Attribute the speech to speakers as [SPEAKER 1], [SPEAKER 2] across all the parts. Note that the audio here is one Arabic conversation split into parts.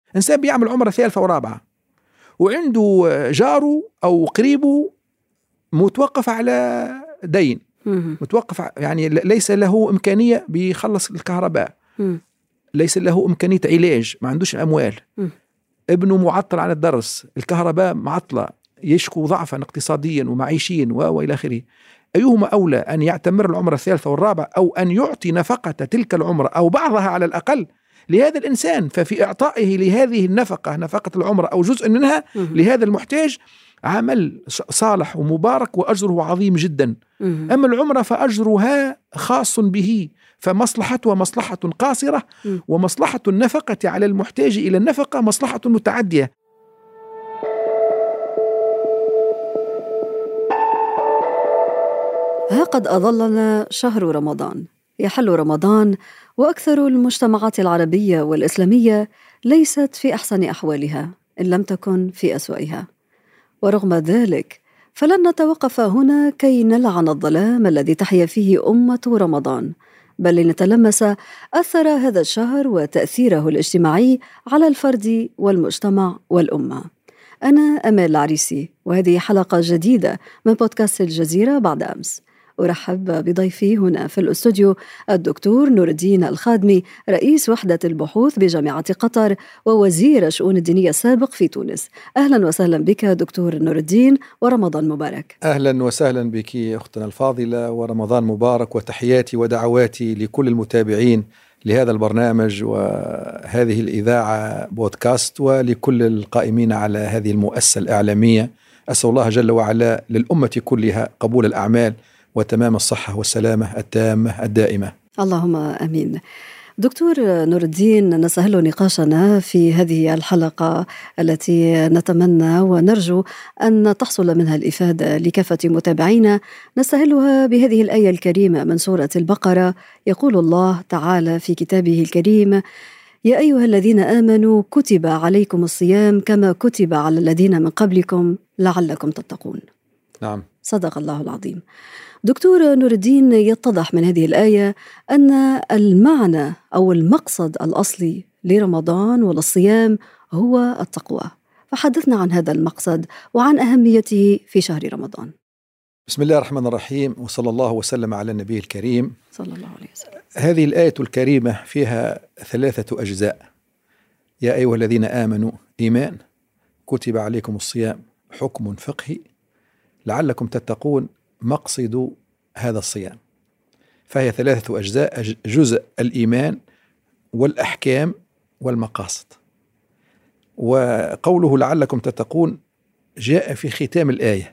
[SPEAKER 1] إنسان بيعمل عمرة ثالثة ورابعة وعنده جاره أو قريبه متوقف على دين، متوقف يعني ليس له إمكانية بيخلص الكهرباء، ليس له إمكانية علاج، ما عندوش الأموال، ابنه معطل عن الدرس، الكهرباء معطلة، يشكو ضعفا اقتصاديا ومعيشيا وإلى آخره. أيهما أولى، أن يعتمر العمرة الثالثة والرابعة أو أن يعطي نفقة تلك العمرة أو بعضها على الأقل لهذا الإنسان؟ ففي إعطائه لهذه النفقة، نفقة العمرة أو جزء منها لهذا المحتاج، عمل صالح ومبارك وأجره عظيم جدا. أما العمرة فأجرها خاص به، فمصلحتها مصلحة قاصرة، ومصلحة النفقة على المحتاج إلى النفقة مصلحة متعدية.
[SPEAKER 2] ها قد أظلنا شهر رمضان، يحل رمضان، وأكثر المجتمعات العربية والإسلامية ليست في أحسن أحوالها إن لم تكن في أسوأها. ورغم ذلك فلن نتوقف هنا كي نلعن الظلام الذي تحيا فيه أمة رمضان، بل لنتلمس أثر هذا الشهر وتأثيره الاجتماعي على الفرد والمجتمع والأمة. أنا أمال العريسي، وهذه حلقة جديدة من بودكاست الجزيرة بعد أمس. أرحب بضيفي هنا في الأستوديو الدكتور نور الدين الخادمي، رئيس وحدة البحوث بجامعة قطر ووزير الشؤون الدينية السابق في تونس. أهلا وسهلا بك دكتور نور الدين، ورمضان مبارك.
[SPEAKER 1] أهلا وسهلا بك أختنا الفاضلة، ورمضان مبارك، وتحياتي ودعواتي لكل المتابعين لهذا البرنامج وهذه الإذاعة بودكاست، ولكل القائمين على هذه المؤسسة الإعلامية. أسأل الله جل وعلا للأمة كلها قبول الأعمال وتمام الصحة والسلامة التامة الدائمة.
[SPEAKER 2] اللهم آمين. دكتور نور الدين، نسهل نقاشنا في هذه الحلقة التي نتمنى ونرجو أن تحصل منها الإفادة لكافة متابعينا. نسهلها بهذه الآية الكريمة من سورة البقرة. يقول الله تعالى في كتابه الكريم: يا أيها الذين آمنوا كتب عليكم الصيام كما كتب على الذين من قبلكم لعلكم تتقون.
[SPEAKER 1] نعم،
[SPEAKER 2] صدق الله العظيم. دكتور نور الدين، يتضح من هذه الآية أن المعنى أو المقصد الأصلي لرمضان وللصيام هو التقوى، فحدثنا عن هذا المقصد وعن أهميته في شهر رمضان.
[SPEAKER 1] بسم الله الرحمن الرحيم، وصلى الله وسلم على النبي الكريم
[SPEAKER 2] صلى الله عليه وسلم.
[SPEAKER 1] هذه الآية الكريمة فيها 3 أجزاء. يا أيها الذين آمنوا، إيمان، كتب عليكم الصيام، حكم فقهي، لعلكم تتقون، مقصد هذا الصيام. فهي 3 أجزاء: جزء الإيمان والأحكام والمقاصد. وقوله لعلكم تتقون جاء في ختام الآية،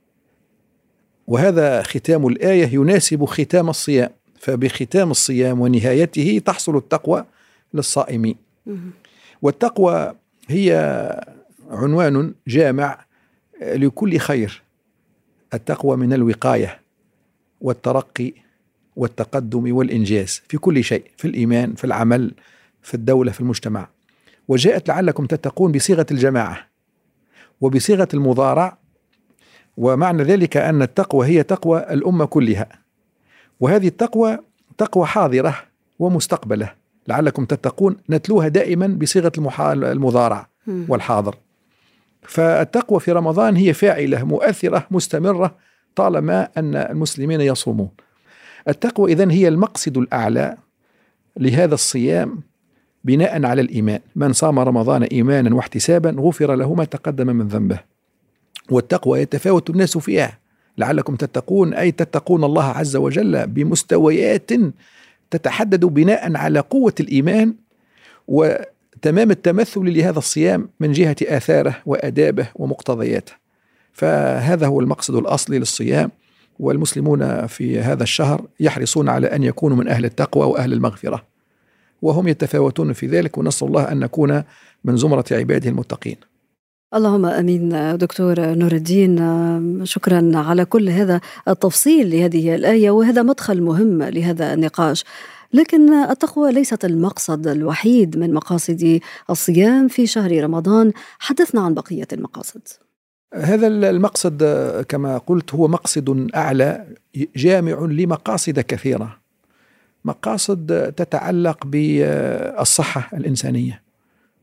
[SPEAKER 1] وهذا ختام الآية يناسب ختام الصيام، فبختام الصيام ونهايته تحصل التقوى للصائمين. والتقوى هي عنوان جامع لكل خير. التقوى من الوقاية والترقي والتقدم والإنجاز في كل شيء، في الإيمان، في العمل، في الدولة، في المجتمع. وجاءت لعلكم تتقون بصيغة الجماعة وبصيغة المضارع، ومعنى ذلك أن التقوى هي تقوى الأمة كلها، وهذه التقوى تقوى حاضرة ومستقبلة. لعلكم تتقون نتلوها دائما بصيغة المضارع والحاضر. فالتقوى في رمضان هي فاعلة مؤثرة مستمرة طالما أن المسلمين يصومون. التقوى إذن هي المقصد الأعلى لهذا الصيام بناء على الإيمان. من صام رمضان إيمانا واحتسابا غفر له ما تقدم من ذنبه. والتقوى يتفاوت الناس فيها. لعلكم تتقون أي تتقون الله عز وجل بمستويات تتحدد بناء على قوة الإيمان وتمام التمثل لهذا الصيام من جهة آثاره وأدابه ومقتضياته. فهذا هو المقصد الأصلي للصيام، والمسلمون في هذا الشهر يحرصون على أن يكونوا من أهل التقوى وأهل المغفرة، وهم يتفاوتون في ذلك، ونسأل الله أن نكون من زمرة عباده المتقين.
[SPEAKER 2] اللهم أمين. دكتور نور الدين، شكرا على كل هذا التفصيل لهذه الآية، وهذا مدخل مهم لهذا النقاش. لكن التقوى ليست المقصد الوحيد من مقاصد الصيام في شهر رمضان. حدثنا عن بقية المقاصد.
[SPEAKER 1] هذا المقصد كما قلت هو مقصد أعلى جامع لمقاصد كثيرة. مقاصد تتعلق بالصحة الإنسانية،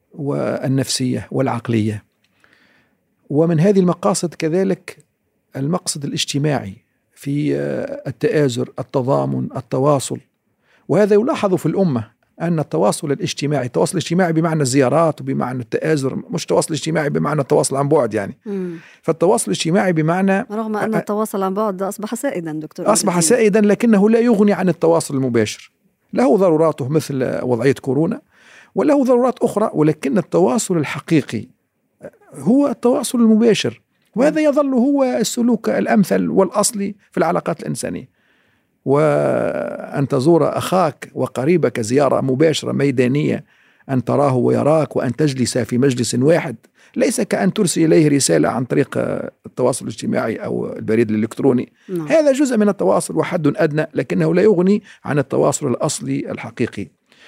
[SPEAKER 1] والنفسية والعقلية. ومن هذه المقاصد كذلك المقصد الاجتماعي في التآزر، التضامن، التواصل. وهذا يلاحظ في الأمة أن التواصل الاجتماعي بمعنى الزيارات وبمعنى التآزر، مش تواصل اجتماعي بمعنى التواصل عن بعد يعني. فالتواصل الاجتماعي بمعنى،
[SPEAKER 2] رغم أن التواصل عن بعد أصبح سائدا دكتور،
[SPEAKER 1] أصبح سائدا، لكنه لا يغني عن التواصل المباشر. له ضرuraته مثل وضعية كورونا، وله ضرورات أخرى، ولكن التواصل الحقيقي هو التواصل المباشر، وهذا يظل هو السلوك الأمثل والأصلي في العلاقات الإنسانية. وأن تزور أخاك وقريبك زيارة مباشرة ميدانية، أن تراه ويراك وأن تجلس في مجلس واحد، ليس كأن ترسل إليه رسالة عن طريق التواصل الاجتماعي أو البريد الإلكتروني. هذا جزء من التواصل وحد أدنى، لكنه لا يغني عن التواصل الأصلي الحقيقي.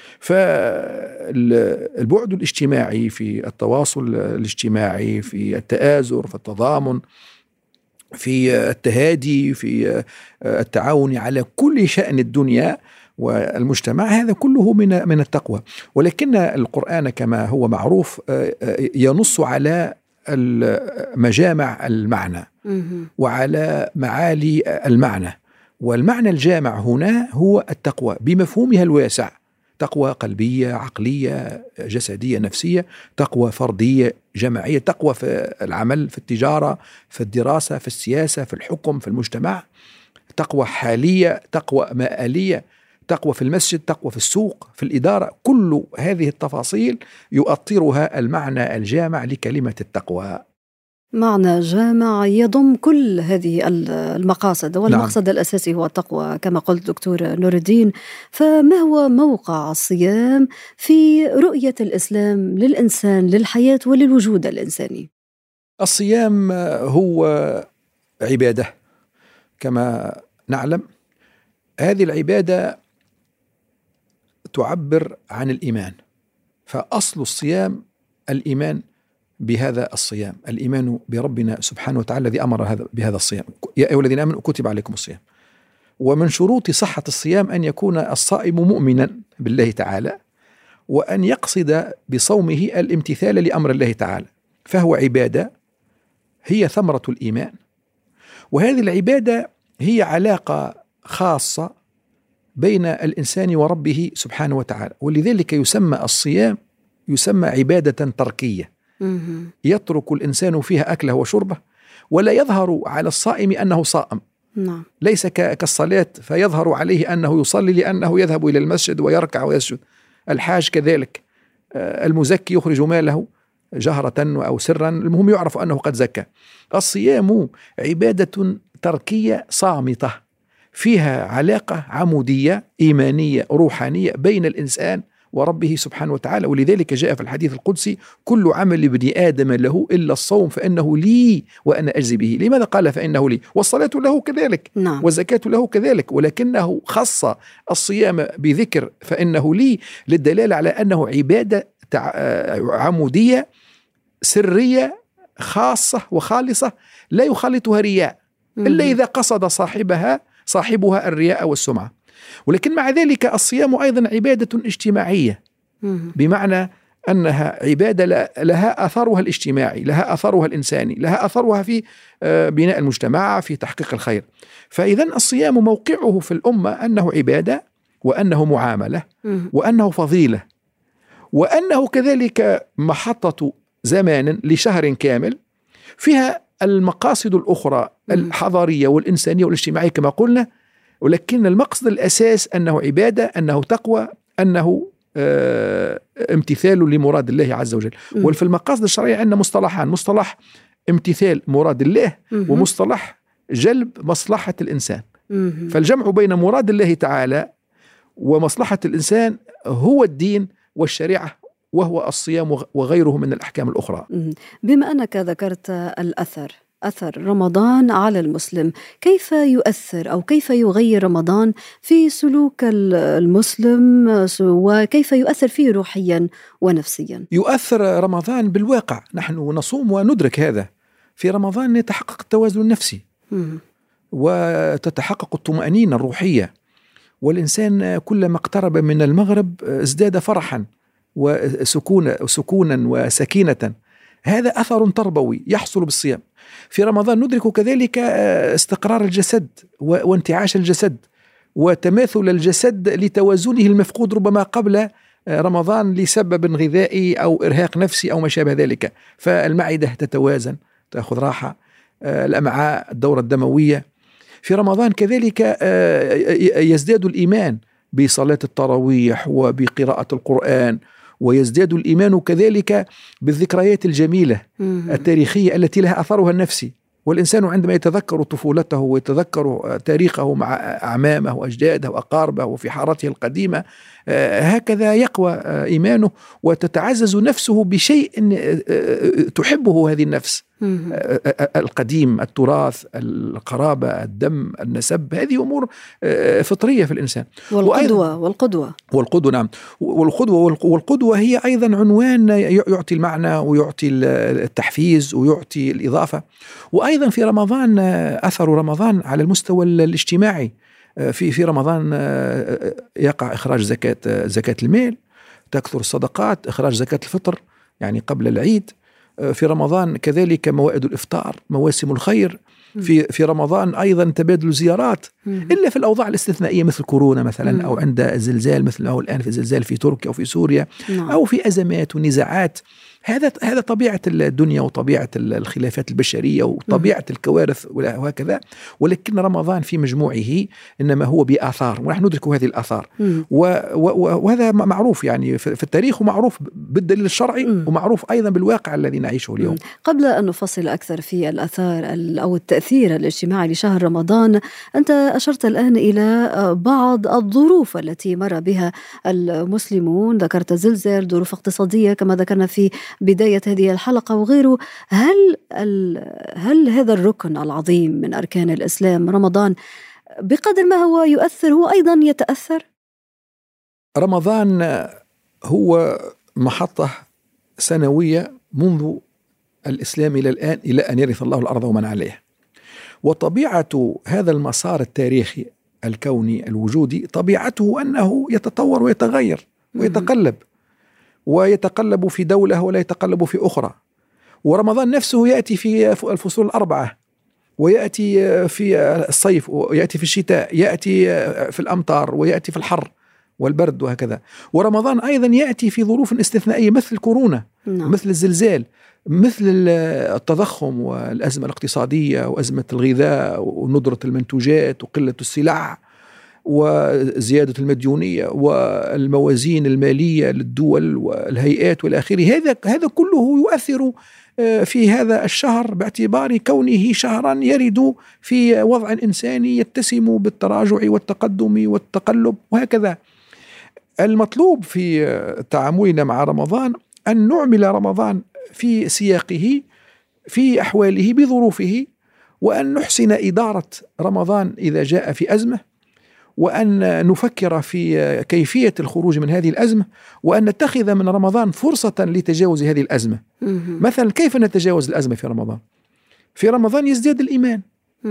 [SPEAKER 1] فالبعد الاجتماعي في التواصل الاجتماعي، في التآزر، في التضامن، في التهادي، في التعاون على كل شأن الدنيا والمجتمع، هذا كله من التقوى. ولكن القرآن كما هو معروف ينص على مجامع المعنى وعلى معالي المعنى، والمعنى الجامع هنا هو التقوى بمفهومها الواسع: تقوى قلبية، عقلية، جسدية، نفسية، تقوى فردية، جماعية، تقوى في العمل، في التجارة، في الدراسة، في السياسة، في الحكم، في المجتمع، تقوى حالية، تقوى مآلية، تقوى في المسجد، تقوى في السوق، في الإدارة. كل هذه التفاصيل يؤطرها المعنى الجامع لكلمة التقوى.
[SPEAKER 2] معنى جامع يضم كل هذه المقاصد، والمقصد الأساسي هو التقوى كما قلت دكتور نور الدين. فما هو موقع الصيام في رؤية الإسلام للإنسان، للحياة وللوجود الإنساني؟
[SPEAKER 1] الصيام هو عبادة كما نعلم. هذه العبادة تعبر عن الإيمان، فأصل الصيام الإيمان بهذا الصيام، الإيمان بربنا سبحانه وتعالى الذي أمر بهذا الصيام: يا أيها الذين آمنوا كتب عليكم الصيام. ومن شروط صحة الصيام أن يكون الصائم مؤمنا بالله تعالى، وأن يقصد بصومه الامتثال لأمر الله تعالى، فهو عبادة هي ثمرة الإيمان. وهذه العبادة هي علاقة خاصة بين الإنسان وربه سبحانه وتعالى، ولذلك يسمى الصيام عبادة تركية، يترك الإنسان فيها أكله وشربه، ولا يظهر على الصائم أنه صائم. ليس كالصلاة فيظهر عليه أنه يصلي لأنه يذهب إلى المسجد ويركع ويسجد. الحاج كذلك، المزكي يخرج ماله جهرة أو سرا، المهم يعرف أنه قد زكى. الصيام عبادة تركية صامتة، فيها علاقة عمودية إيمانية روحانية بين الإنسان وربه سبحانه وتعالى. ولذلك جاء في الحديث القدسي: كل عمل ابن آدم له إلا الصوم فإنه لي وأنا أجزي به. لماذا قال فإنه لي؟ والصلاة له كذلك، والزكاة له كذلك، ولكنه خص الصيام بذكر فإنه لي للدلالة على أنه عبادة عمودية سرية خاصة وخالصة لا يخالطها رياء إلا إذا قصد صاحبها الرياء والسمعة. ولكن مع ذلك الصيام أيضا عبادة اجتماعية، بمعنى أنها عبادة لها أثرها الاجتماعي، لها أثرها الإنساني، لها أثرها في بناء المجتمع، في تحقيق الخير. فإذا الصيام موقعه في الأمة أنه عبادة، وأنه معاملة، وأنه فضيلة، وأنه كذلك محطة زمان لشهر كامل فيها المقاصد الأخرى الحضارية والإنسانية والاجتماعية كما قلنا. ولكن المقصد الأساس أنه عبادة، أنه تقوى، أنه امتثال لمراد الله عز وجل. وفي المقاصد الشرعية عندنا مصطلحان: مصطلح امتثال مراد الله، ومصطلح جلب مصلحة الإنسان. فالجمع بين مراد الله تعالى ومصلحة الإنسان هو الدين والشريعة، وهو الصيام وغيره من الأحكام الأخرى.
[SPEAKER 2] بما أنك ذكرت أثر رمضان على المسلم، كيف يؤثر أو كيف يغير رمضان في سلوك المسلم، وكيف يؤثر فيه روحيا ونفسيا؟
[SPEAKER 1] يؤثر رمضان بالواقع. نحن نصوم وندرك هذا. في رمضان يتحقق التوازن النفسي وتتحقق الطمأنينة الروحية، والإنسان كلما اقترب من المغرب ازداد فرحا وسكونا وسكينة، هذا أثر تربوي يحصل بالصيام. في رمضان ندرك كذلك استقرار الجسد وانتعاش الجسد وتماثل الجسد لتوازنه المفقود ربما قبل رمضان لسبب غذائي أو إرهاق نفسي أو ما شابه ذلك. فالمعدة تتوازن، تأخذ راحة، الأمعاء، الدورة الدموية. في رمضان كذلك يزداد الإيمان بصلاة التراويح وبقراءة القرآن، ويزداد الإيمان كذلك بالذكريات الجميلة التاريخية التي لها أثرها النفسي. والإنسان عندما يتذكر طفولته ويتذكر تاريخه مع أعمامه وأجداده وأقاربه وفي حارته القديمة، هكذا يقوى إيمانه وتتعزز نفسه بشيء تحبه هذه النفس القديم، التراث، القرابة، الدم، النسب، هذه أمور فطرية في الإنسان. والقدوة نعم. والقدوة هي أيضا عنوان يعطي المعنى ويعطي التحفيز ويعطي الإضافة. وأيضا في رمضان أثر رمضان على المستوى الاجتماعي. في رمضان يقع إخراج زكاة المال، تكثر الصدقات، إخراج زكاة الفطر يعني قبل العيد. في رمضان كذلك موائد الإفطار، مواسم الخير. في رمضان أيضا تبادل الزيارات، إلا في الأوضاع الاستثنائية مثل كورونا مثلا، أو عند الزلزال مثل ما هو الآن في الزلزال في تركيا أو في سوريا، أو في أزمات ونزاعات. هذا طبيعة الدنيا وطبيعة الخلافات البشرية وطبيعة الكوارث وهكذا. ولكن رمضان في مجموعه إنما هو بآثار، ونحن ندرك هذه الآثار. وهذا معروف يعني في التاريخ، ومعروف بالدليل الشرعي، ومعروف أيضا بالواقع الذي نعيشه اليوم.
[SPEAKER 2] قبل أن نفصل أكثر في الآثار أو التأثير الاجتماعي لشهر رمضان، أنت أشرت الآن إلى بعض الظروف التي مر بها المسلمون، ذكرت زلزال، ظروف اقتصادية كما ذكرنا في بداية هذه الحلقة وغيره. هل هذا الركن العظيم من أركان الإسلام رمضان بقدر ما هو يؤثر هو أيضا يتأثر؟
[SPEAKER 1] رمضان هو محطة سنوية منذ الإسلام إلى الآن، إلى أن يرث الله الأرض ومن عليها. وطبيعة هذا المسار التاريخي الكوني الوجودي طبيعته أنه يتطور ويتغير ويتقلب في دولة ولا يتقلب في أخرى. ورمضان نفسه يأتي في الفصول الأربعة، ويأتي في الصيف، ويأتي في الشتاء، يأتي في الأمطار، ويأتي في الحر والبرد وهكذا. ورمضان أيضا يأتي في ظروف استثنائية مثل كورونا، مثل الزلزال، مثل التضخم والأزمة الاقتصادية وأزمة الغذاء وندرة المنتوجات وقلة السلع وزيادة المديونية والموازين المالية للدول والهيئات والآخره. هذا كله يؤثر في هذا الشهر باعتبار كونه شهرا يرد في وضع إنساني يتسم بالتراجع والتقدم والتقلب وهكذا. المطلوب في تعاملنا مع رمضان أن نعمل رمضان في سياقه، في أحواله، بظروفه، وأن نحسن إدارة رمضان إذا جاء في أزمة، وأن نفكر في كيفية الخروج من هذه الأزمة، وأن نتخذ من رمضان فرصة لتجاوز هذه الأزمة. مثلا كيف نتجاوز الأزمة في رمضان؟ في رمضان يزداد الإيمان،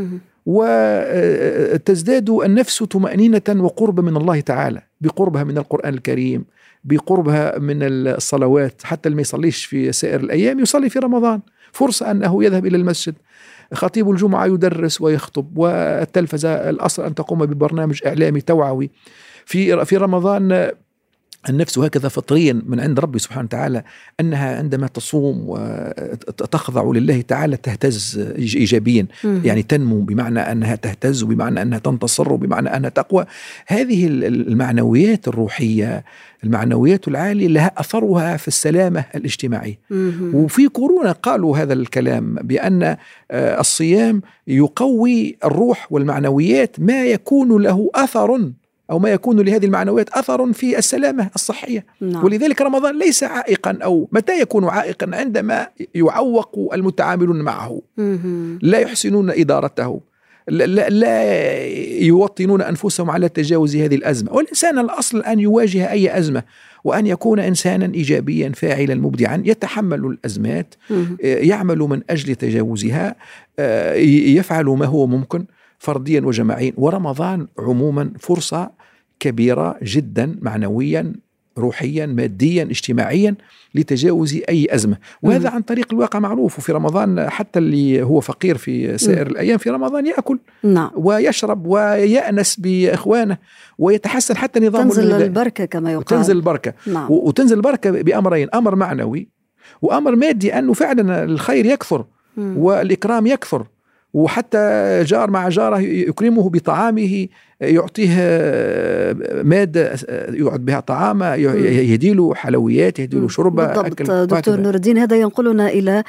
[SPEAKER 1] وتزداد النفس طمأنينة وقرب من الله تعالى، بقربها من القرآن الكريم، بقربها من الصلوات. حتى اللي ما يصليش في سائر الأيام يصلي في رمضان، فرصة أنه يذهب إلى المسجد. خطيب الجمعة يدرس ويخطب، والتلفزة الأصل أن تقوم ببرنامج إعلامي توعوي. في رمضان النفس هكذا فطريا من عند ربي سبحانه وتعالى أنها عندما تصوم وتخضع لله تعالى تهتز إيجابيا، يعني تنمو بمعنى أنها تهتز، وبمعنى أنها تنتصر، وبمعنى أنها تقوى. هذه المعنويات الروحية، المعنويات العالية، لها أثرها في السلامة الاجتماعية. وفي كورونا قالوا هذا الكلام بأن الصيام يقوي الروح والمعنويات، ما يكون له أثر أو ما يكون لهذه المعنويات أثر في السلامة الصحية. ولذلك رمضان ليس عائقا، أو متى يكون عائقا؟ عندما يعوق المتعاملون معه، لا يحسنون إدارته، لا يوطنون أنفسهم على تجاوز هذه الأزمة. والإنسان الأصل أن يواجه أي أزمة، وأن يكون إنسانا إيجابيا فاعلا مبدعا، يتحمل الأزمات، يعمل من أجل تجاوزها، يفعل ما هو ممكن فرديا وجماعيا. ورمضان عموما فرصة كبيرة جدا معنويا، روحيا ماديا اجتماعيا لتجاوز أي أزمة. وهذا عن طريق الواقع معروف. وفي رمضان حتى اللي هو فقير في سائر الأيام في رمضان يأكل ويشرب ويأنس بإخوانه ويتحسن حتى نظام
[SPEAKER 2] تنزل البركة كما يقال.
[SPEAKER 1] تنزل البركة. وتنزل البركة بأمرين: أمر معنوي وأمر مادي، أنه فعلا الخير يكثر والإكرام يكثر، وحتى جار مع جاره يكرمه بطعامه، يعطيه مادة يقعد بها طعامه، يهديله حلويات، يهديله شربة.
[SPEAKER 2] بالضبط دكتور نور الدين. هذا ينقلنا إلى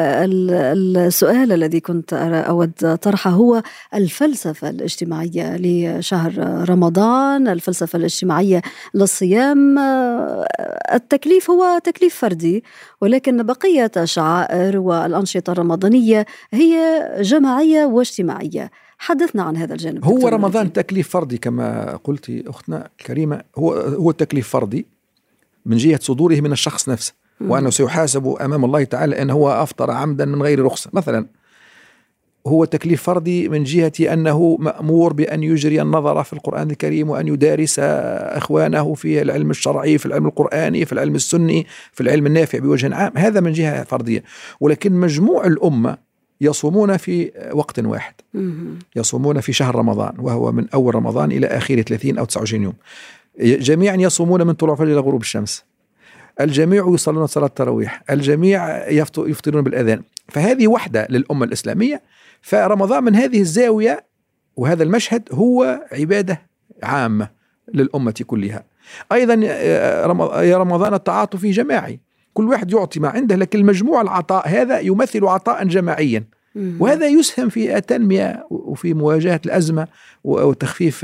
[SPEAKER 2] السؤال الذي كنت أود طرحه، هو الفلسفة الاجتماعية لشهر رمضان، الفلسفة الاجتماعية للصيام. التكليف هو تكليف فردي، ولكن بقية الشعائر والأنشطة الرمضانية هي جماعية واجتماعية. حدثنا عن هذا الجانب.
[SPEAKER 1] هو رمضان تكليف فردي كما قلت أختنا كريمة، هو تكليف فردي من جهة صدوره من الشخص نفسه، وأنه سيحاسب أمام الله تعالى أنه هو أفطر عمدا من غير رخصة مثلا. هو تكليف فردي من جهة أنه مأمور بأن يجري النظر في القرآن الكريم، وأن يدارس إخوانه في العلم الشرعي، في العلم القرآني، في العلم السني، في العلم النافع بوجه عام. هذا من جهة فردية. ولكن مجموع الأمة يصومون في وقت واحد، يصومون في شهر رمضان، وهو من أول رمضان إلى آخر 30 أو 29 يوم. جميعا يصومون من طلوع الفجر إلى غروب الشمس، الجميع يصلون صلاة التراويح، الجميع يفطرون بالأذان. فهذه وحدة للأمة الإسلامية. فرمضان من هذه الزاوية وهذا المشهد هو عبادة عامة للأمة كلها. أيضا يا رمضان التعاطف جماعي، كل واحد يعطي ما عنده، لكن مجموع العطاء هذا يمثل عطاء جماعيا، وهذا يسهم في التنمية وفي مواجهة الأزمة وتخفيف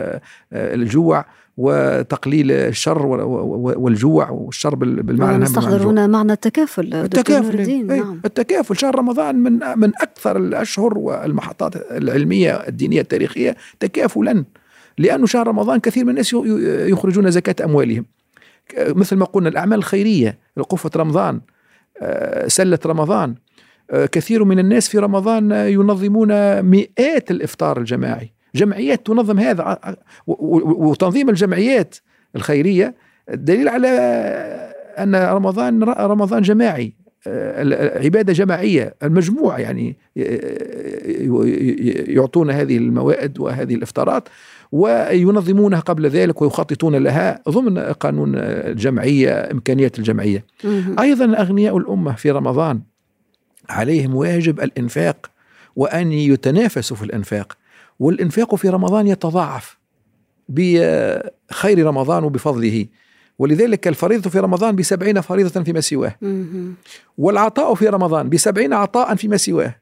[SPEAKER 1] الجوع وتقليل الشر والجوع والشر بالمعنى.
[SPEAKER 2] نستحضرون معنى التكافل.
[SPEAKER 1] التكافل. شهر رمضان من أكثر الأشهر والمحطات العلمية الدينية التاريخية تكافلا، لأنه شهر رمضان كثير من الناس يخرجون زكاة أموالهم، مثل ما قلنا الأعمال الخيرية، قفة رمضان، سلة رمضان. كثير من الناس في رمضان ينظمون مئات الإفطار الجماعي، جمعيات تنظم هذا. وتنظيم الجمعيات الخيرية دليل على أن رمضان جماعي، عبادة جماعية. المجموعة يعني يعطون هذه الموائد وهذه الإفطارات وينظمونها قبل ذلك ويخططون لها ضمن قانون الجمعية، إمكانيات الجمعية. أيضا أغنياء الأمة في رمضان عليهم واجب الإنفاق، وأن يتنافسوا في الإنفاق. والإنفاق في رمضان يتضاعف بخير رمضان وبفضله، ولذلك الفريضة في رمضان ب70 فريضة فيما سواه، والعطاء في رمضان ب70 عطاء فيما سواه،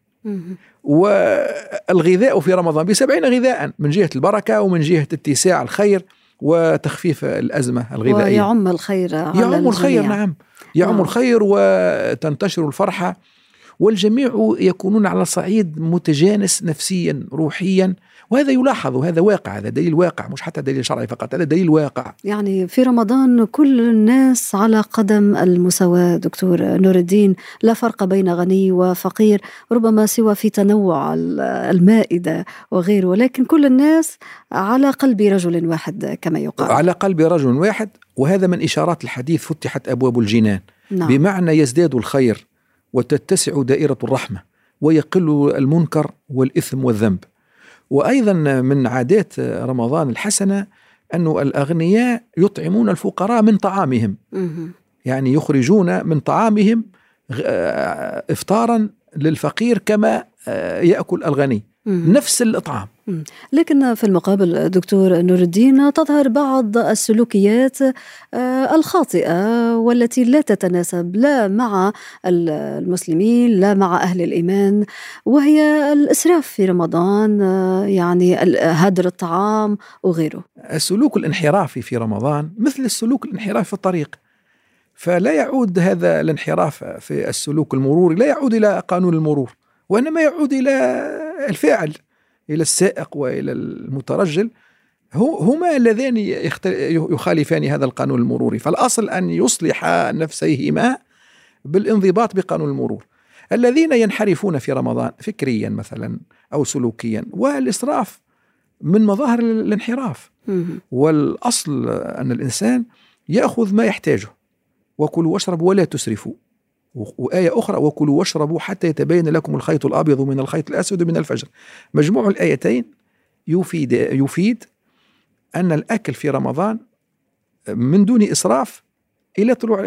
[SPEAKER 1] والغذاء في رمضان ب70 غذاء، من جهة البركة ومن جهة اتساع الخير وتخفيف الأزمة الغذائية.
[SPEAKER 2] ويعم الخير على
[SPEAKER 1] يعم الخير. نعم، يعم الخير وتنتشر الفرحة، والجميع يكونون على صعيد متجانس نفسيا روحيا. وهذا يلاحظ، وهذا واقع، هذا دليل واقع، مش حتى دليل شرعي فقط، هذا دليل واقع.
[SPEAKER 2] يعني في رمضان كل الناس على قدم المساواة دكتور نور الدين، لا فرق بين غني وفقير، ربما سوى في تنوع المائدة وغيره، ولكن كل الناس على قلب رجل واحد كما يقال.
[SPEAKER 1] على قلب رجل واحد. وهذا من إشارات الحديث فتحت أبواب الجنان.
[SPEAKER 2] نعم.
[SPEAKER 1] بمعنى يزداد الخير وتتسع دائرة الرحمة ويقل المنكر والإثم والذنب. وأيضا من عادات رمضان الحسنة أن الأغنياء يطعمون الفقراء من طعامهم، يعني يخرجون من طعامهم إفطارا للفقير كما يأكل الغني نفس الإطعام.
[SPEAKER 2] لكن في المقابل دكتور نور الدين تظهر بعض السلوكيات الخاطئة والتي لا تتناسب لا مع المسلمين لا مع أهل الإيمان، وهي الإسراف في رمضان، يعني هدر الطعام وغيره.
[SPEAKER 1] السلوك الانحرافي في رمضان مثل السلوك الانحرافي في الطريق، فلا يعود هذا الانحراف في السلوك المروري لا يعود إلى قانون المرور، وإنما يعود إلى الفاعل، إلى السائق وإلى المترجل، هما اللذان يخالفان هذا القانون المروري. فالأصل أن يصلح نفسيهما بالانضباط بقانون المرور. الذين ينحرفون في رمضان فكريا مثلا أو سلوكيا، والإسراف من مظاهر الانحراف. والأصل أن الإنسان يأخذ ما يحتاجه، وكلوا واشربوا ولا تسرفوا. وآية أخرى وكلوا واشربوا حتى يتبين لكم الخيط الأبيض من الخيط الأسود من الفجر. مجموع الآيتين يفيد أن الأكل في رمضان من دون إسراف إلى طلوع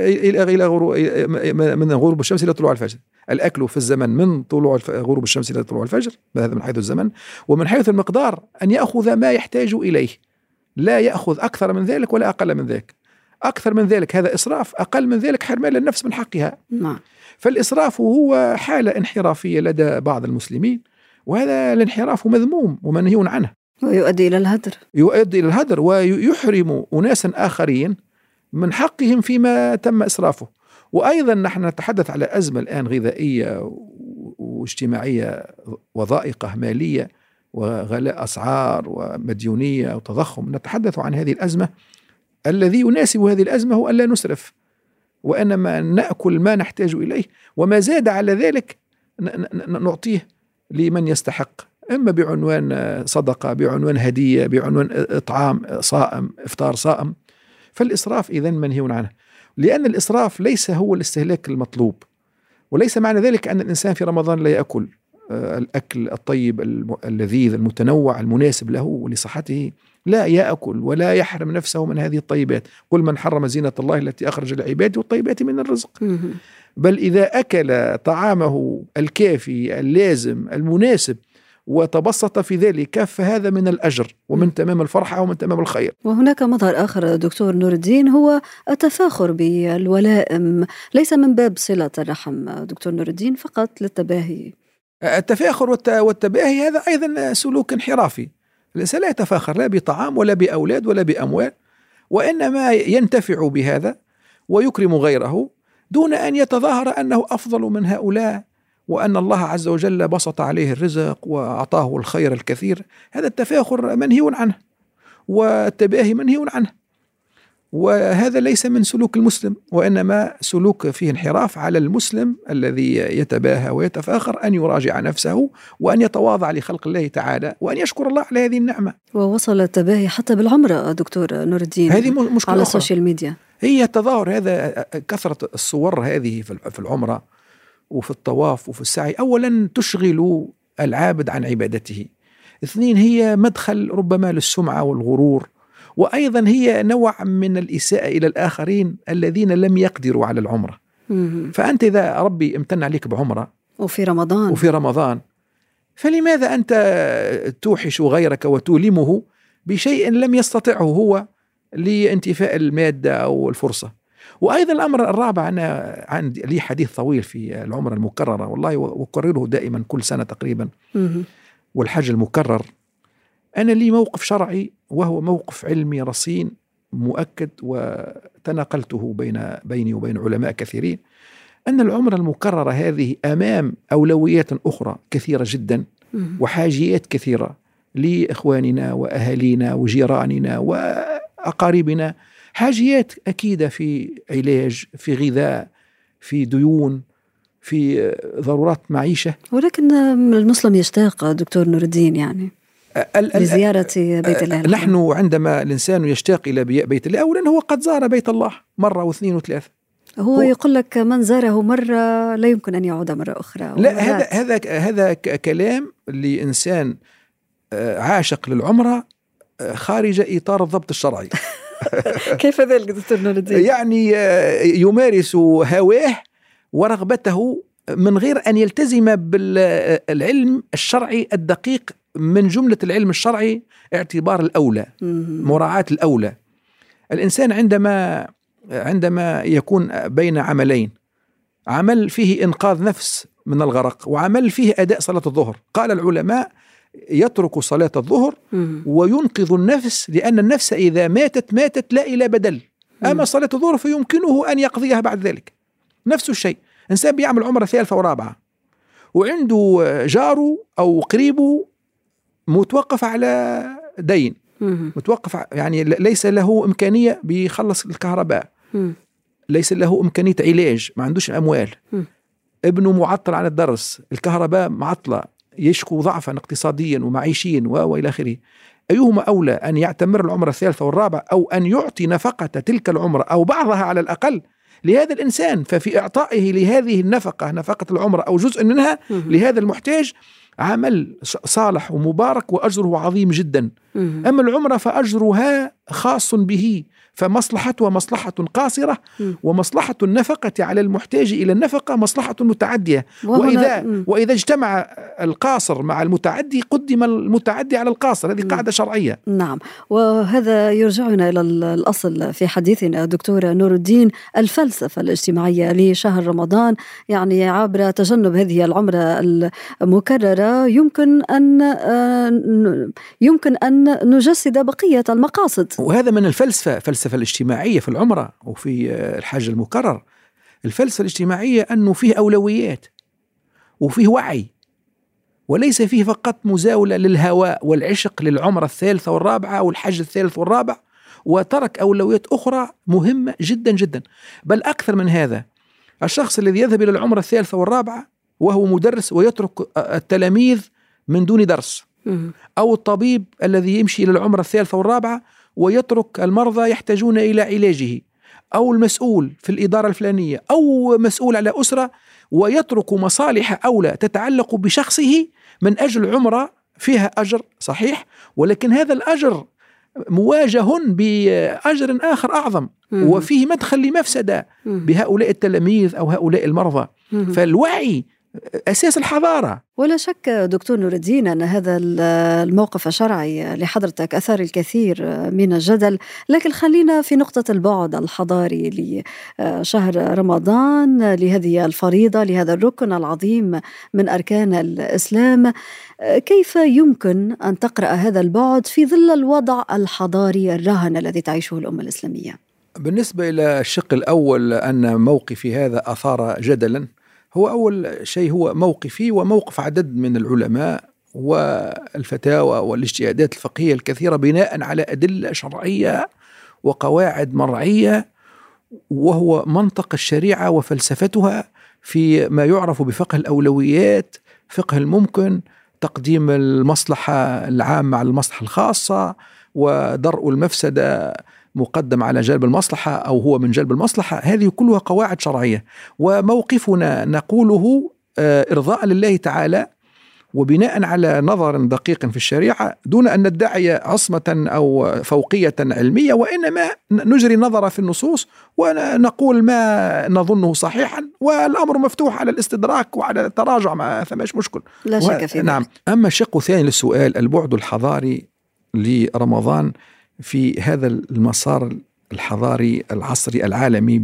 [SPEAKER 1] من غروب الشمس إلى طلوع الفجر. الأكل في الزمن من طلوع غروب الشمس إلى طلوع الفجر، هذا من حيث الزمن. ومن حيث المقدار أن يأخذ ما يحتاج إليه، لا يأخذ أكثر من ذلك ولا أقل من ذلك. أكثر من ذلك هذا إسراف، أقل من ذلك حرمان للنفس من حقها. فالإسراف هو حالة انحرافية لدى بعض المسلمين، وهذا الانحراف مذموم ومنهي عنه،
[SPEAKER 2] ويؤدي إلى الهدر.
[SPEAKER 1] يؤدي إلى الهدر ويحرم أناسا آخرين من حقهم فيما تم إسرافه. وأيضا نحن نتحدث على أزمة الآن غذائية واجتماعية وضائقة مالية وغلاء أسعار ومديونية وتضخم. نتحدث عن هذه الأزمة، الذي يناسب هذه الأزمة هو ألا نسرف، وإنما نأكل ما نحتاج إليه، وما زاد على ذلك نعطيه لمن يستحق، إما بعنوان صدقة، بعنوان هدية، بعنوان إطعام صائم، إفطار صائم. فالإسراف إذن منهي عنه، لأن الإسراف ليس هو الاستهلاك المطلوب، وليس معنى ذلك أن الإنسان في رمضان لا يأكل الأكل الطيب اللذيذ المتنوع المناسب له ولصحته. لا يأكل ولا يحرم نفسه من هذه الطيبات. قل من حرم زينة الله التي أخرج لعباده والطيبات من الرزق. بل إذا أكل طعامه الكافي اللازم المناسب وتبسط في ذلك فهذا من الأجر ومن تمام الفرحة ومن تمام الخير.
[SPEAKER 2] وهناك مظهر آخر دكتور نور الدين، هو التفاخر بالولائم، ليس من باب صلة الرحم دكتور نور الدين، فقط للتباهي.
[SPEAKER 1] التفاخر والتباهي هذا أيضا سلوك انحرافي. الإنسان لا يتفاخر لا بطعام ولا بأولاد ولا بأموال، وإنما ينتفع بهذا ويكرم غيره دون أن يتظاهر أنه أفضل من هؤلاء، وأن الله عز وجل بسط عليه الرزق وأعطاه الخير الكثير. هذا التفاخر منهي عنه، والتباهي منهي عنه، وهذا ليس من سلوك المسلم، وإنما سلوك فيه انحراف. على المسلم الذي يتباهى ويتفاخر أن يراجع نفسه وأن يتواضع لخلق الله تعالى وأن يشكر الله على هذه النعمة.
[SPEAKER 2] ووصل التباهي حتى بالعمرة دكتور نور الدين،
[SPEAKER 1] هذه مشكلة
[SPEAKER 2] على
[SPEAKER 1] أخرى.
[SPEAKER 2] السوشيال ميديا
[SPEAKER 1] هي التظاهر هذا، كثرة الصور هذه في العمرة وفي الطواف وفي السعي. أولا تشغل العابد عن عبادته، اثنين هي مدخل ربما للسمعة والغرور، وأيضا هي نوع من الإساءة إلى الآخرين الذين لم يقدروا على العمرة. فأنت إذا ربي امتن عليك بعمرة وفي رمضان فلماذا أنت توحش غيرك وتؤلمه بشيء لم يستطعه هو لانتفاء المادة أو الفرصة؟ وأيضا الأمر الرابع، أنا عندي لي حديث طويل في العمرة المكررة والله، وأكرره دائما كل سنة تقريبا، والحج المكرر. أنا لي موقف شرعي وهو موقف علمي رصين مؤكد، وتناقلته بيني وبين علماء كثيرين، أن العمرة المكررة هذه أمام أولويات أخرى كثيرة جدا وحاجيات كثيرة لإخواننا وأهالينا وجيراننا وأقاربنا، حاجيات أكيدة في علاج، في غذاء، في ديون، في ضرورات معيشة.
[SPEAKER 2] ولكن المسلم يشتاق دكتور نور الدين يعني لزيارة بيت الله.
[SPEAKER 1] نحن عندما الإنسان يشتاق إلى بيت الله، أولا هو قد زار بيت الله مرة واثنين وثلاثة.
[SPEAKER 2] هو يقول لك من زاره مرة لا يمكن أن يعود مرة أخرى.
[SPEAKER 1] لا، هذا كلام لإنسان عاشق للعمرة خارج إطار الضبط الشرعي.
[SPEAKER 2] كيف ذلك دكتور نور الدين؟
[SPEAKER 1] يعني يمارس هواه ورغبته من غير أن يلتزم بالعلم الشرعي الدقيق، من جملة العلم الشرعي اعتبار الأولى، مراعاة الأولى. الإنسان عندما يكون بين عملين، عمل فيه إنقاذ نفس من الغرق وعمل فيه أداء صلاة الظهر، قال العلماء يترك صلاة الظهر وينقذ النفس، لأن النفس إذا ماتت لا إلى بدل. أما صلاة الظهر فيمكنه أن يقضيها بعد ذلك. نفس الشيء، إنسان بيعمل عمرة ثالثة ورابعة وعنده جاره أو قريبه متوقف على دين، متوقف يعني ليس له إمكانية بيخلص الكهرباء، ليس له إمكانية علاج، ما عندوش أموال، ابنه معطل عن الدرس، الكهرباء معطلة، يشكو ضعفا اقتصاديا ومعيشيا وإلى آخره. أيهما أولى، أن يعتمر العمرة الثالثة والرابعة أو أن يعطي نفقة تلك العمرة أو بعضها على الأقل لهذا الإنسان؟ ففي إعطائه لهذه النفقة، نفقة العمرة أو جزء منها لهذا المحتاج، عمل صالح ومبارك وأجره عظيم جدا. أما العمرة فأجرها خاص به، فمصلحتها مصلحة قاصرة، ومصلحة النفقة على المحتاج إلى النفقة مصلحة متعدية. وإذا اجتمع القاصر مع المتعدي قدم المتعدي على القاصر. هذه قاعدة شرعية.
[SPEAKER 2] نعم، وهذا يرجعنا إلى الأصل في حديثنا دكتور نور الدين، الفلسفة الاجتماعية لشهر رمضان. يعني عبر تجنب هذه العمرة المكررة يمكن أن نجسد بقية المقاصد.
[SPEAKER 1] وهذا من الفلسفة الاجتماعية في العمرة وفي الحج المكرر. الفلسفة الاجتماعية أنه فيه أولويات وفيه وعي، وليس فيه فقط مزاولة للهواء والعشق للعمرة الثالثة والرابعة أو الحج الثالث والرابع، وترك أولويات أخرى مهمة جدا جدا. بل أكثر من هذا، الشخص الذي يذهب إلى العمرة الثالثة والرابعة وهو مدرس ويترك التلاميذ من دون درس، أو الطبيب الذي يمشي إلى العمرة الثالثة والرابعة ويترك المرضى يحتاجون إلى علاجه، أو المسؤول في الإدارة الفلانية، أو مسؤول على أسرة ويترك مصالح أولى تتعلق بشخصه من أجل عمرة فيها أجر صحيح، ولكن هذا الأجر مواجه بأجر آخر أعظم وفيه مدخل لمفسدة بهؤلاء التلاميذ أو هؤلاء المرضى. فالوعي أساس الحضارة.
[SPEAKER 2] ولا شك دكتور نور الدين أن هذا الموقف الشرعي لحضرتك أثار الكثير من الجدل، لكن خلينا في نقطة البعد الحضاري لشهر رمضان، لهذه الفريضة، لهذا الركن العظيم من أركان الإسلام. كيف يمكن أن تقرأ هذا البعد في ظل الوضع الحضاري الراهن الذي تعيشه الأمة الإسلامية؟
[SPEAKER 1] بالنسبة إلى الشق الأول، أن موقفي هذا أثار جدلا، هو أول شيء هو موقفي وموقف عدد من العلماء والفتاوى والاجتهادات الفقهية الكثيرة بناء على أدلة شرعية وقواعد مرعية، وهو منطق الشريعة وفلسفتها في ما يعرف بفقه الأولويات، فقه الممكن، تقديم المصلحة العامة على المصلحة الخاصة، ودرء المفسدة مقدم على جلب المصلحة أو هو من جلب المصلحة. هذه كلها قواعد شرعية، وموقفنا نقوله إرضاء لله تعالى وبناء على نظر دقيق في الشريعة، دون أن ندعي عصمة أو فوقية علمية، وإنما نجري النظر في النصوص ونقول ما نظنه صحيحا، والأمر مفتوح على الاستدراك وعلى التراجع، ما فماش مشكل.
[SPEAKER 2] لا شك في ذلك.
[SPEAKER 1] نعم. أما الشق الثاني للسؤال، البعد الحضاري لرمضان في هذا المسار الحضاري العصري العالمي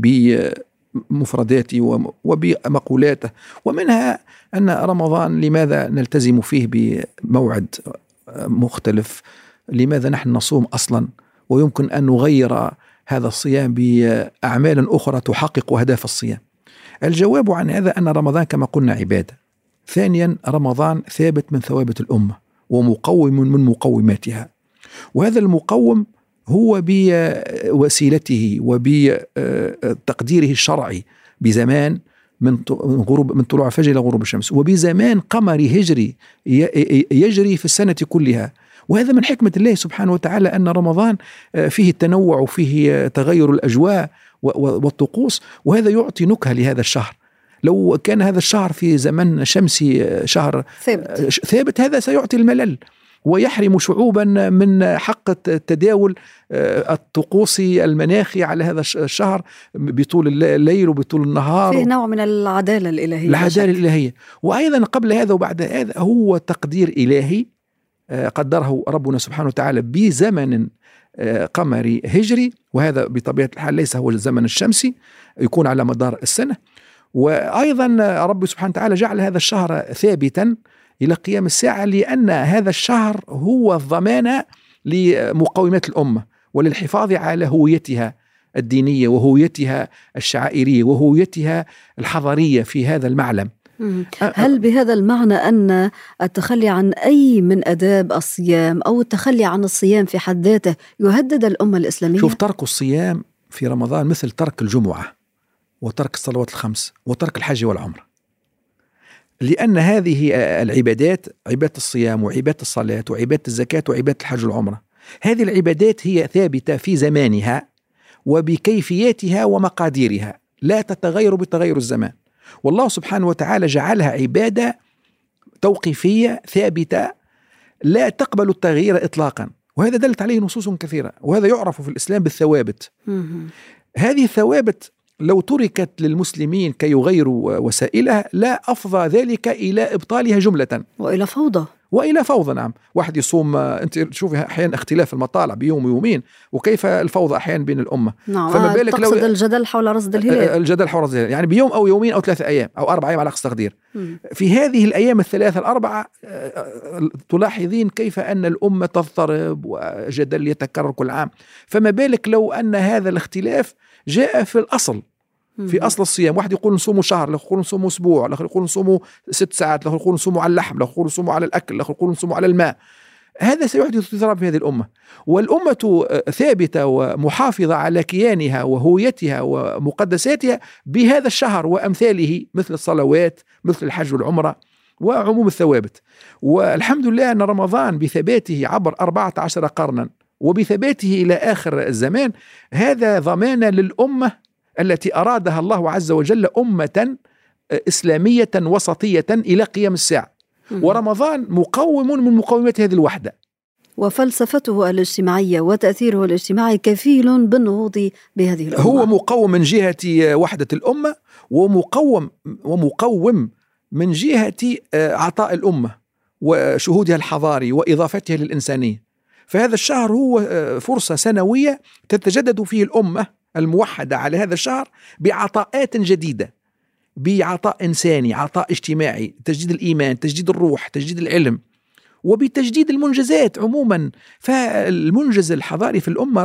[SPEAKER 1] بمفرداته وبمقولاته، ومنها أن رمضان لماذا نلتزم فيه بموعد مختلف؟ لماذا نحن نصوم أصلا؟ ويمكن أن نغير هذا الصيام بأعمال أخرى تحقق أهداف الصيام. الجواب عن هذا أن رمضان كما قلنا عبادة. ثانيا، رمضان ثابت من ثوابت الأمة ومقوم من مقوماتها، وهذا المقوم هو بوسيلته وبتقديره الشرعي بزمان من طلوع الفجر إلى غروب الشمس، وبزمان قمري هجري يجري في السنة كلها. وهذا من حكمة الله سبحانه وتعالى، أن رمضان فيه التنوع وفيه تغير الأجواء والطقوس، وهذا يعطي نكهة لهذا الشهر. لو كان هذا الشهر في زمن شمسي شهر ثابت هذا سيعطي الملل ويحرم شعوبا من حق التداول الطقوسي المناخي على هذا الشهر بطول الليل وبطول النهار.
[SPEAKER 2] فيه نوع من العدالة الإلهية.
[SPEAKER 1] العدالة الإلهية. وأيضا قبل هذا وبعد هذا هو تقدير إلهي قدره ربنا سبحانه وتعالى بزمن قمري هجري، وهذا بطبيعة الحال ليس هو الزمن الشمسي، يكون على مدار السنة. وأيضا رب سبحانه وتعالى جعل هذا الشهر ثابتا إلى قيام الساعة، لأن هذا الشهر هو الضمانة لمقومات الأمة وللحفاظ على هويتها الدينية وهويتها الشعائرية وهويتها الحضارية في هذا المعلم.
[SPEAKER 2] هل بهذا المعنى أن التخلي عن أي من آداب الصيام أو التخلي عن الصيام في حد ذاته يهدد الأمة الإسلامية؟
[SPEAKER 1] شوف، ترك الصيام في رمضان مثل ترك الجمعة وترك الصلوات الخمس وترك الحج والعمرة. لأن هذه العبادات، عبادة الصيام وعبادة الصلاة وعبادة الزكاة وعبادة الحج والعمرة، هذه العبادات هي ثابتة في زمانها وبكيفياتها ومقاديرها، لا تتغير بتغير الزمان. والله سبحانه وتعالى جعلها عبادة توقيفية ثابتة لا تقبل التغيير إطلاقا، وهذا دلت عليه نصوص كثيرة، وهذا يعرف في الإسلام بالثوابت. هذه الثوابت لو تركت للمسلمين كي يغيروا وسائلها لا أفضى ذلك إلى إبطالها جملة وإلى فوضى. نعم، واحد يصوم، أنت تشوفي أحيانا اختلاف المطالع بيوم ويومين، وكيف الفوضى أحيانا بين الأمة.
[SPEAKER 2] نعم، فما بالك تقصد لو الجدل حول رصد الهلال،
[SPEAKER 1] الجدل حول رصد الهلال، يعني بيوم أو يومين أو 3 أيام أو 4 أيام على أقصى تقدير. في هذه الأيام 3 4 تلاحظين كيف أن الأمة تضطرب وجدل يتكرر كل عام. فما بالك لو أن هذا الاختلاف جاء في الأصل، في أصل الصيام. واحد يقول نصوموا شهر، الآخر يقول نصوموا أسبوع، الآخر يقول نصوموا 6 ساعات، الآخر يقول نصوموا على اللحم، الآخر يقول نصوموا على الأكل، الآخر يقول نصوموا على الماء. هذا سيحدث اضطراب في هذه الأمة، والأمة ثابتة ومحافظة على كيانها وهويتها ومقدساتها بهذا الشهر وأمثاله، مثل الصلوات، مثل الحج والعمرة وعموم الثوابت. والحمد لله أن رمضان بثباته عبر 14 قرنا وبثباته إلى آخر الزمان، هذا ضمان للأمة التي أرادها الله عز وجل أمة إسلامية وسطية إلى قيام الساعة. ورمضان مقوم من مقومات هذه الوحدة،
[SPEAKER 2] وفلسفته الاجتماعية وتأثيره الاجتماعي كفيل بالنهوض بهذه الأمة.
[SPEAKER 1] هو مقوم من جهة وحدة الأمة، ومقوم من جهة عطاء الأمة وشهودها الحضاري وإضافتها للإنسانية. فهذا الشهر هو فرصة سنوية تتجدد فيه الأمة الموحدة على هذا الشهر بعطاءات جديدة، بعطاء إنساني، عطاء اجتماعي، تجديد الإيمان، تجديد الروح، تجديد العلم، وبتجديد المنجزات عموما. فالمنجز الحضاري في الأمة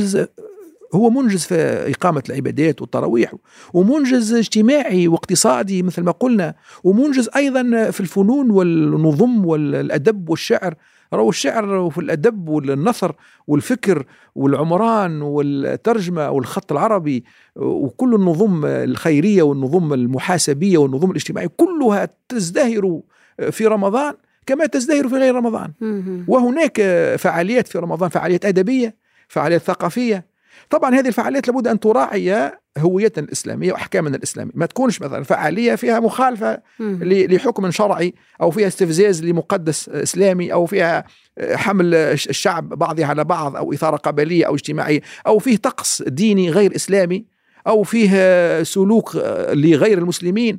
[SPEAKER 1] هو منجز في إقامة العبادات والتراويح، ومنجز اجتماعي واقتصادي مثل ما قلنا، ومنجز أيضا في الفنون والنظم والأدب والشعر. رأوا الشعر وفي الأدب والنثر والفكر والعمران والترجمة والخط العربي وكل النظم الخيرية والنظم المحاسبية والنظم الاجتماعية كلها تزدهر في رمضان كما تزدهر في غير رمضان. وهناك فعاليات في رمضان، فعاليات أدبية، فعاليات ثقافية. طبعا هذه الفعاليات لابد أن تراعي هويتنا الإسلامية وأحكامنا الإسلامية، ما تكونش مثلا فعالية فيها مخالفة لحكم شرعي، أو فيها استفزاز لمقدس إسلامي، أو فيها حمل الشعب بعضه على بعض، أو إثارة قبلية أو اجتماعية، أو فيه طقس ديني غير إسلامي، أو فيه سلوك لغير المسلمين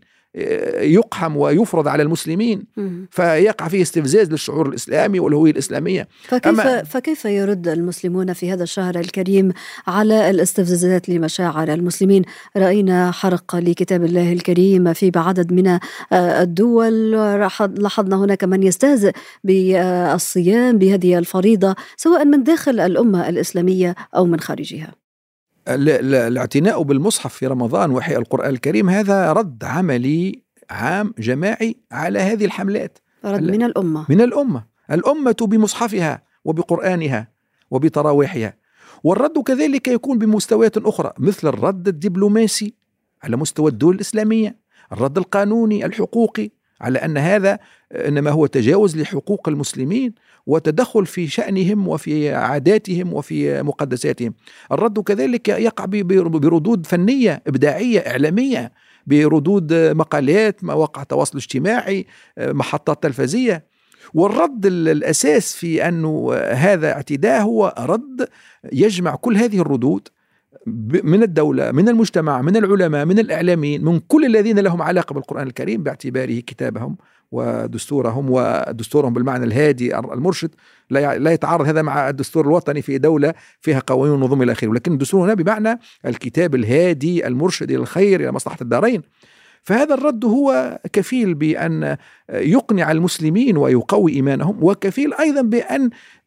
[SPEAKER 1] يقحم ويفرض على المسلمين، فيقع فيه استفزاز للشعور الإسلامي والهوية الإسلامية.
[SPEAKER 2] فكيف يرد المسلمون في هذا الشهر الكريم على الاستفزازات لمشاعر المسلمين؟ رأينا حرق لكتاب الله الكريم في عدد من الدول، لاحظنا هناك من يستهزئ بالصيام بهذه الفريضة سواء من داخل الأمة الإسلامية أو من خارجها.
[SPEAKER 1] الاعتناء بالمصحف في رمضان وحي القرآن الكريم هذا رد عملي عام جماعي على هذه الحملات،
[SPEAKER 2] رد من
[SPEAKER 1] الأمة بمصحفها وبقرآنها وبتراويحها. والرد كذلك يكون بمستويات أخرى، مثل الرد الدبلوماسي على مستوى الدول الإسلامية، الرد القانوني الحقوقي على أن هذا إنما هو تجاوز لحقوق المسلمين وتدخل في شأنهم وفي عاداتهم وفي مقدساتهم. الرد كذلك يقع بردود فنية إبداعية إعلامية، بردود مقالات، مواقع التواصل الاجتماعي، محطات تلفزية. والرد الأساس في أنه هذا اعتداء هو رد يجمع كل هذه الردود من الدولة، من المجتمع، من العلماء، من الإعلاميين، من كل الذين لهم علاقة بالقرآن الكريم باعتباره كتابهم ودستورهم بالمعنى الهادي المرشد. لا يتعارض هذا مع الدستور الوطني في دولة فيها قوانين ونظم إلى آخره، ولكن الدستور هنا بمعنى الكتاب الهادي المرشد إلى الخير إلى مصلحة الدارين. فهذا الرد هو كفيل بأن يقنع المسلمين ويقوي إيمانهم، وكفيل أيضا بأن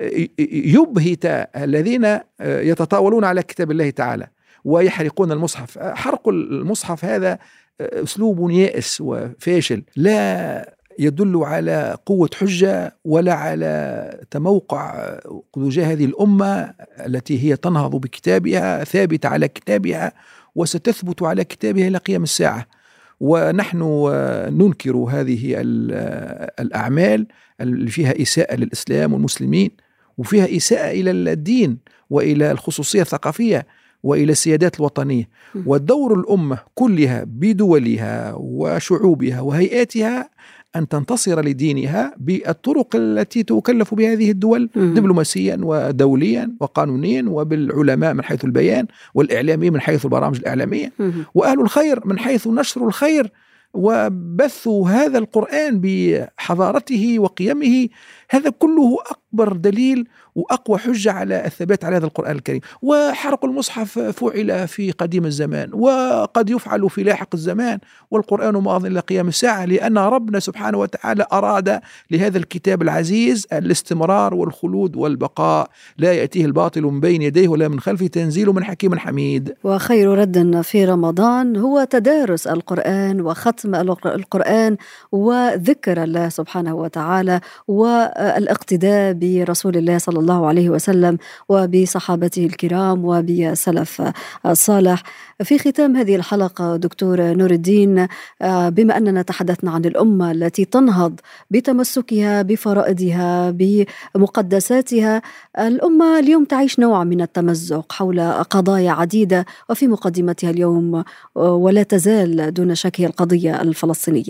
[SPEAKER 1] يبهت الذين يتطاولون على كتاب الله تعالى ويحرقون المصحف. حرق المصحف هذا أسلوب يائس وفاشل، لا يدل على قوة حجة ولا على تموقع وجاه هذه الأمة التي هي تنهض بكتابها، ثابتة على كتابها وستثبت على كتابها إلى قيام الساعة. ونحن ننكر هذه الأعمال اللي فيها إساءة للإسلام والمسلمين، وفيها إساءة إلى الدين وإلى الخصوصية الثقافية وإلى السيادات الوطنية. ودور الأمة كلها بدولها وشعوبها وهيئاتها أن تنتصر لدينها بالطرق التي تكلف بهذه الدول دبلوماسيا ودوليا وقانونيا، وبالعلماء من حيث البيان، والإعلاميين من حيث البرامج الإعلامية، وأهل الخير من حيث نشر الخير وبث هذا القرآن بحضارته وقيمه. هذا كله أكبر دليل وأقوى حجة على الثبات على هذا القرآن الكريم. وحرق المصحف فعل في قديم الزمان وقد يفعل في لاحق الزمان، والقرآن ماض إلى قيام الساعة، لأن ربنا سبحانه وتعالى أراد لهذا الكتاب العزيز الاستمرار والخلود والبقاء، لا يأتيه الباطل من بين يديه ولا من خلفه، تنزيل من حكيم حميد.
[SPEAKER 2] وخير رد في رمضان هو تدارس القرآن وختم القرآن وذكر الله سبحانه وتعالى والاقتداء برسول الله صلى الله عليه وسلم وبصحابته الكرام وبسلف الصالح. في ختام هذه الحلقة دكتور نور الدين، بما أننا تحدثنا عن الأمة التي تنهض بتمسكها بفرائضها بمقدساتها، الأمة اليوم تعيش نوع من التمزق حول قضايا عديدة، وفي مقدمتها اليوم ولا تزال دون شك هي القضية الفلسطينية.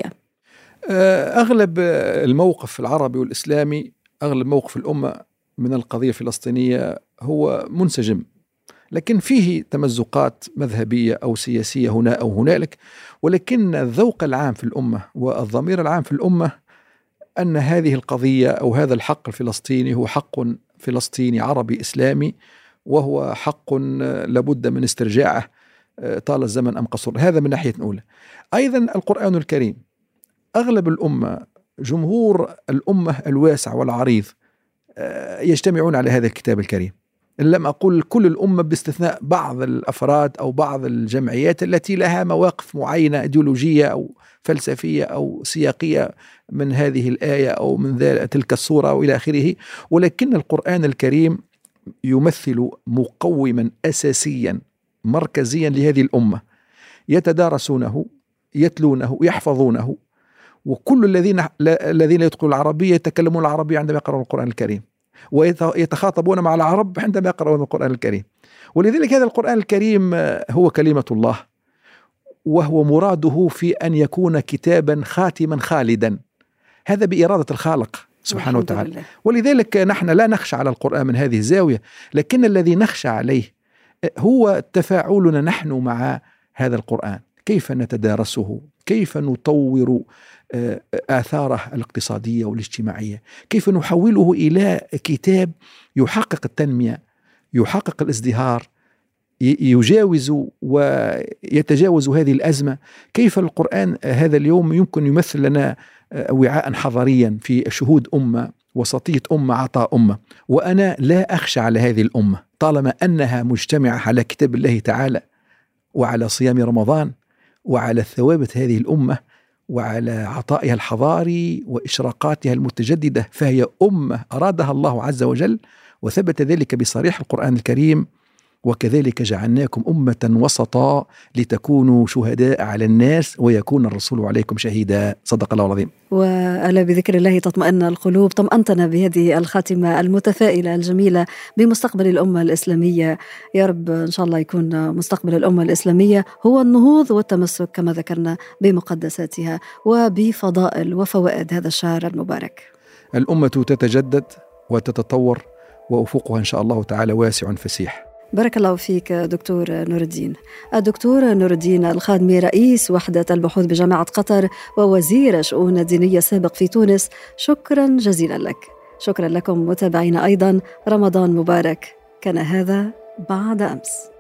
[SPEAKER 1] أغلب الموقف العربي والإسلامي، أغلب موقف الأمة من القضية الفلسطينية هو منسجم، لكن فيه تمزقات مذهبية أو سياسية هنا أو هنالك، ولكن الذوق العام في الأمة والضمير العام في الأمة أن هذه القضية أو هذا الحق الفلسطيني هو حق فلسطيني عربي إسلامي، وهو حق لابد من استرجاعه طال الزمن أم قصر. هذا من ناحية أولى. أيضا القرآن الكريم، أغلب الأمة، جمهور الأمة الواسع والعريض يجتمعون على هذا الكتاب الكريم. إن لم أقول كل الأمة باستثناء بعض الأفراد أو بعض الجمعيات التي لها مواقف معينة إيديولوجية أو فلسفية أو سياقية من هذه الآية أو من تلك السورة وإلى آخره. ولكن القرآن الكريم يمثل مقوما أساسيا مركزيا لهذه الأمة، يتدارسونه، يتلونه، يحفظونه، وكل الذين يتقنون العربية يتكلمون العربية عندما يقرأون القرآن الكريم، ويتخاطبون مع العرب عندما يقرأون القرآن الكريم. ولذلك هذا القرآن الكريم هو كلمة الله، وهو مراده في أن يكون كتابا خاتما خالدا، هذا بإرادة الخالق سبحانه وتعالى. ولذلك نحن لا نخشى على القرآن من هذه الزاوية، لكن الذي نخشى عليه هو تفاعلنا نحن مع هذا القرآن، كيف نتدارسه، كيف نطور آثاره الاقتصادية والاجتماعية، كيف نحوله إلى كتاب يحقق التنمية، يحقق الازدهار، يجاوز ويتجاوز هذه الأزمة. كيف القرآن هذا اليوم يمكن يمثل لنا وعاء حضاريا في شهود أمة، وسطية أمة، عطاء أمة. وأنا لا أخشى على هذه الأمة طالما أنها مجتمعة على كتاب الله تعالى وعلى صيام رمضان وعلى ثوابت هذه الأمة وعلى عطائها الحضاري وإشراقاتها المتجددة، فهي أمة أرادها الله عز وجل، وثبت ذلك بصريح القرآن الكريم: وكذلك جعلناكم أمة وسطا لتكونوا شهداء على الناس ويكون الرسول عليكم شهيدا. صدق الله العظيم.
[SPEAKER 2] وألا بذكر الله تطمئن القلوب. طمأنتنا بهذه الخاتمة المتفائلة الجميلة بمستقبل الأمة الإسلامية. يا رب إن شاء الله يكون مستقبل الأمة الإسلامية هو النهوض والتمسك كما ذكرنا بمقدساتها وبفضائل وفوائد هذا الشهر المبارك.
[SPEAKER 1] الأمة تتجدد وتتطور، وأفقها إن شاء الله تعالى واسع فسيح.
[SPEAKER 2] بارك الله فيك دكتور نور الدين. الدكتور نور الدين الخادمي، رئيس وحدة البحوث بجامعة قطر ووزير الشؤون الدينية السابق في تونس، شكرا جزيلا لك. شكرا لكم متابعينا أيضا، رمضان مبارك. كان هذا بعد أمس.